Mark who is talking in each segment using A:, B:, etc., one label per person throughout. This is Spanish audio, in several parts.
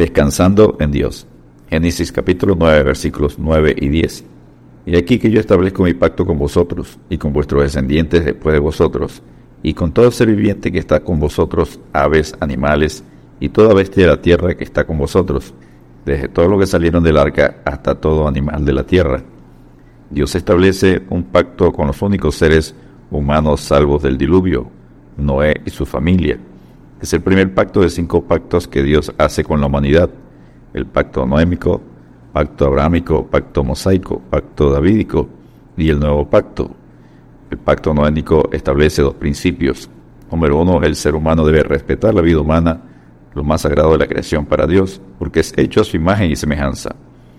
A: Descansando en Dios. Génesis capítulo 9, versículos 9 y 10. Y aquí que yo establezco mi pacto con vosotros, y con vuestros descendientes después de vosotros, y con todo ser viviente que está con vosotros, aves, animales, y toda bestia de la tierra que está con vosotros, desde todo lo que salieron del arca hasta todo animal de la tierra. Dios establece un pacto con los únicos seres humanos salvos del diluvio, Noé y su familia. Es el primer pacto de 5 pactos que Dios hace con la humanidad: el pacto noémico, pacto abrahámico, pacto mosaico, pacto davídico y el nuevo pacto. El pacto noémico establece 2 principios. Número 1, el ser humano debe respetar la vida humana, lo más sagrado de la creación para Dios, porque es hecho a su imagen y semejanza.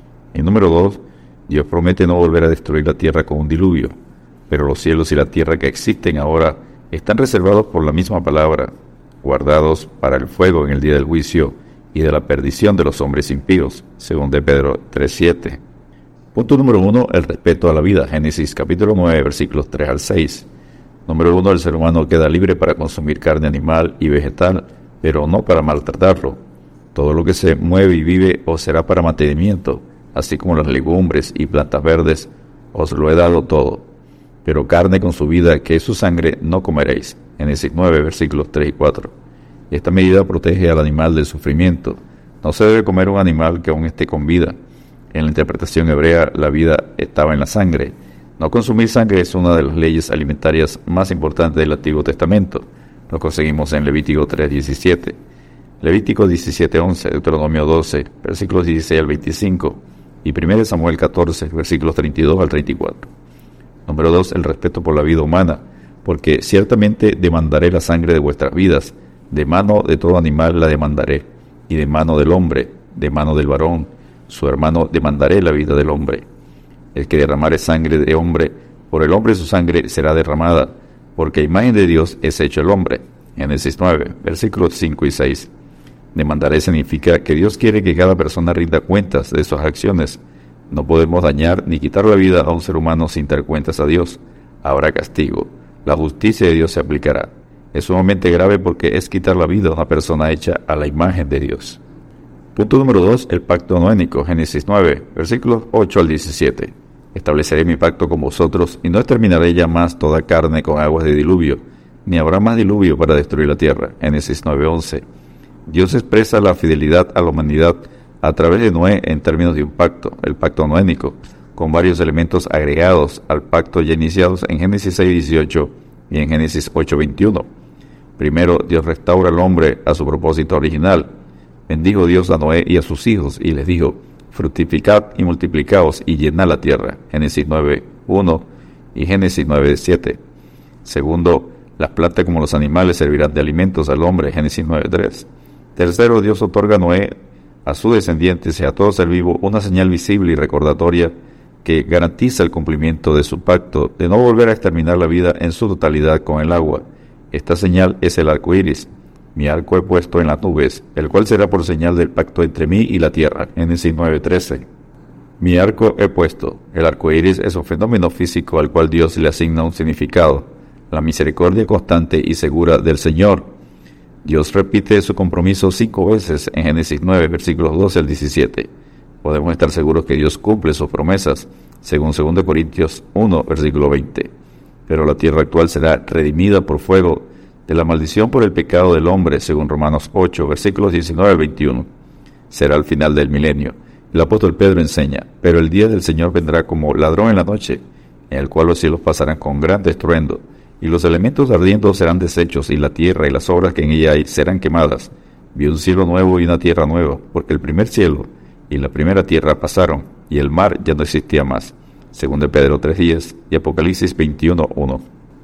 A: Y número 2, Dios promete no volver a destruir la tierra con un diluvio, pero los cielos y la tierra que existen ahora están reservados por la misma palabra, guardados para el fuego en el día del juicio y de la perdición de los hombres impíos, según de Pedro 3:7. Punto número 1, el respeto a la vida. Génesis capítulo 9, versículos 3 al 6. Número 1, el ser humano queda libre para consumir carne animal y vegetal, pero no para maltratarlo. Todo lo que se mueve y vive os será para mantenimiento, así como las legumbres y plantas verdes, os lo he dado todo. Pero carne con su vida, que es su sangre, no comeréis. Génesis 9, versículos 3 y 4. Esta medida protege al animal del sufrimiento. No se debe comer un animal que aún esté con vida. En la interpretación hebrea, la vida estaba en la sangre. No consumir sangre es una de las leyes alimentarias más importantes del Antiguo Testamento. Lo conseguimos en Levítico 3:17, Levítico 17:11, Deuteronomio 12, versículos 16 al 25, y 1 Samuel 14, versículos 32 al 34. Número 2, el respeto por la vida humana, porque ciertamente demandaré la sangre de vuestras vidas, de mano de todo animal la demandaré, y de mano del hombre, de mano del varón, su hermano demandaré la vida del hombre. El que derramare sangre de hombre, por el hombre su sangre será derramada, porque a imagen de Dios es hecho el hombre. Génesis 9, versículos 5 y 6. Demandaré significa que Dios quiere que cada persona rinda cuentas de sus acciones. No podemos dañar ni quitar la vida a un ser humano sin dar cuentas a Dios. Habrá castigo. La justicia de Dios se aplicará. Es sumamente grave porque es quitar la vida a una persona hecha a la imagen de Dios. Punto número 2, el pacto noémico. Génesis 9, versículos 8 al 17. Estableceré mi pacto con vosotros y no exterminaré ya más toda carne con aguas de diluvio, ni habrá más diluvio para destruir la tierra. Génesis 9:11. Dios expresa la fidelidad a la humanidad a través de Noé en términos de un pacto, el pacto noémico, con varios elementos agregados al pacto ya iniciados en Génesis 6:18 y en Génesis 8:21. Primero, Dios restaura al hombre a su propósito original. Bendijo Dios a Noé y a sus hijos y les dijo: fructificad y multiplicaos y llenad la tierra. Génesis 9:1 y Génesis 9:7. Segundo, las plantas como los animales servirán de alimentos al hombre. Génesis 9:3. Tercero, Dios otorga a Noé, a sus descendientes y a todo ser vivo una señal visible y recordatoria que garantiza el cumplimiento de su pacto de no volver a exterminar la vida en su totalidad con el agua. Esta señal es el arco iris. Mi arco he puesto en las nubes, el cual será por señal del pacto entre mí y la tierra. Génesis 9:13. Mi arco he puesto. El arco iris es un fenómeno físico al cual Dios le asigna un significado: la misericordia constante y segura del Señor. Dios repite su compromiso 5 veces en Génesis 9, versículos 12 al 17. Podemos estar seguros que Dios cumple sus promesas, según 2 Corintios 1, versículo 20. Pero la tierra actual será redimida por fuego de la maldición por el pecado del hombre, según Romanos 8, versículos 19 al 21. Será el final del milenio. El apóstol Pedro enseña: pero el día del Señor vendrá como ladrón en la noche, en el cual los cielos pasarán con gran estruendo, y los elementos ardiendo serán deshechos, y la tierra y las obras que en ella hay serán quemadas. Vi un cielo nuevo y una tierra nueva, porque el primer cielo y la primera tierra pasaron, y el mar ya no existía más. Según de Pedro 3:10 y Apocalipsis 21:1.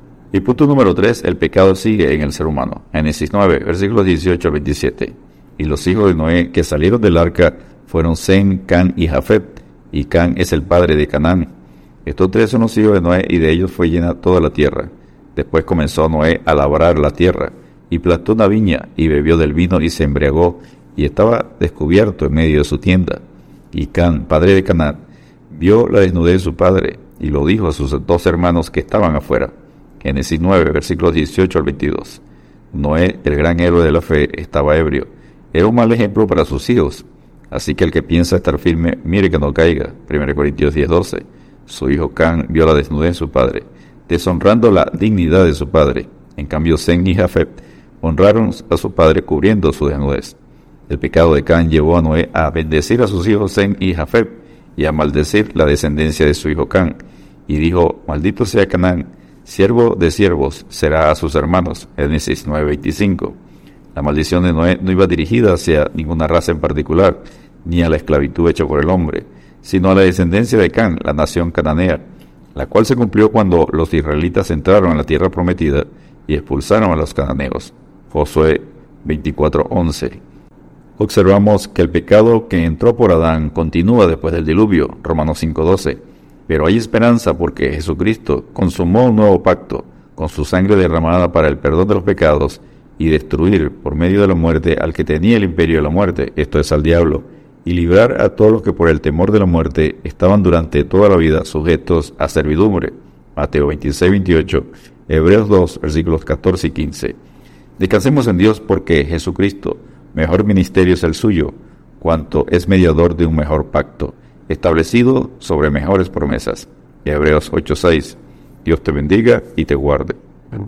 A: Y punto número 3, el pecado sigue en el ser humano. Génesis 9, versículos 18 al 27. Y los hijos de Noé que salieron del arca fueron Sem, Can y Jafet, y Can es el padre de Canaán. Estos 3 son los hijos de Noé, y de ellos fue llena toda la tierra. Después comenzó Noé a labrar la tierra, y plantó una viña, y bebió del vino, y se embriagó, y estaba descubierto en medio de su tienda. Y Can, padre de Canaán, vio la desnudez de su padre, y lo dijo a sus 2 hermanos que estaban afuera. Génesis 9, versículos 18 al 22. Noé, el gran héroe de la fe, estaba ebrio, Era un mal ejemplo para sus hijos. Así que el que piensa estar firme, mire que no caiga. 1 Corintios 10:12. Su hijo Can vio la desnudez de su padre, deshonrando la dignidad de su padre. En cambio, Sem y Jafet honraron a su padre cubriendo su desnudez. El pecado de Can llevó a Noé a bendecir a sus hijos Sem y Jafet y a maldecir la descendencia de su hijo Can. Y dijo: maldito sea Canaán, siervo de siervos será a sus hermanos. Génesis 9:25. La maldición de Noé no iba dirigida hacia ninguna raza en particular, ni a la esclavitud hecha por el hombre, sino a la descendencia de Can, la nación cananea, la cual se cumplió cuando los israelitas entraron en la tierra prometida y expulsaron a los cananeos. Josué 24:11. Observamos que el pecado que entró por Adán continúa después del diluvio, Romanos 5:12. Pero hay esperanza porque Jesucristo consumó un nuevo pacto, con su sangre derramada para el perdón de los pecados, y destruir por medio de la muerte al que tenía el imperio de la muerte, esto es, al diablo, y librar a todos los que por el temor de la muerte estaban durante toda la vida sujetos a servidumbre. Mateo 26:28, Hebreos 2, versículos 14 y 15. Descansemos en Dios porque Jesucristo, mejor ministerio es el suyo, cuanto es mediador de un mejor pacto, establecido sobre mejores promesas. Hebreos 8:6. Dios te bendiga y te guarde.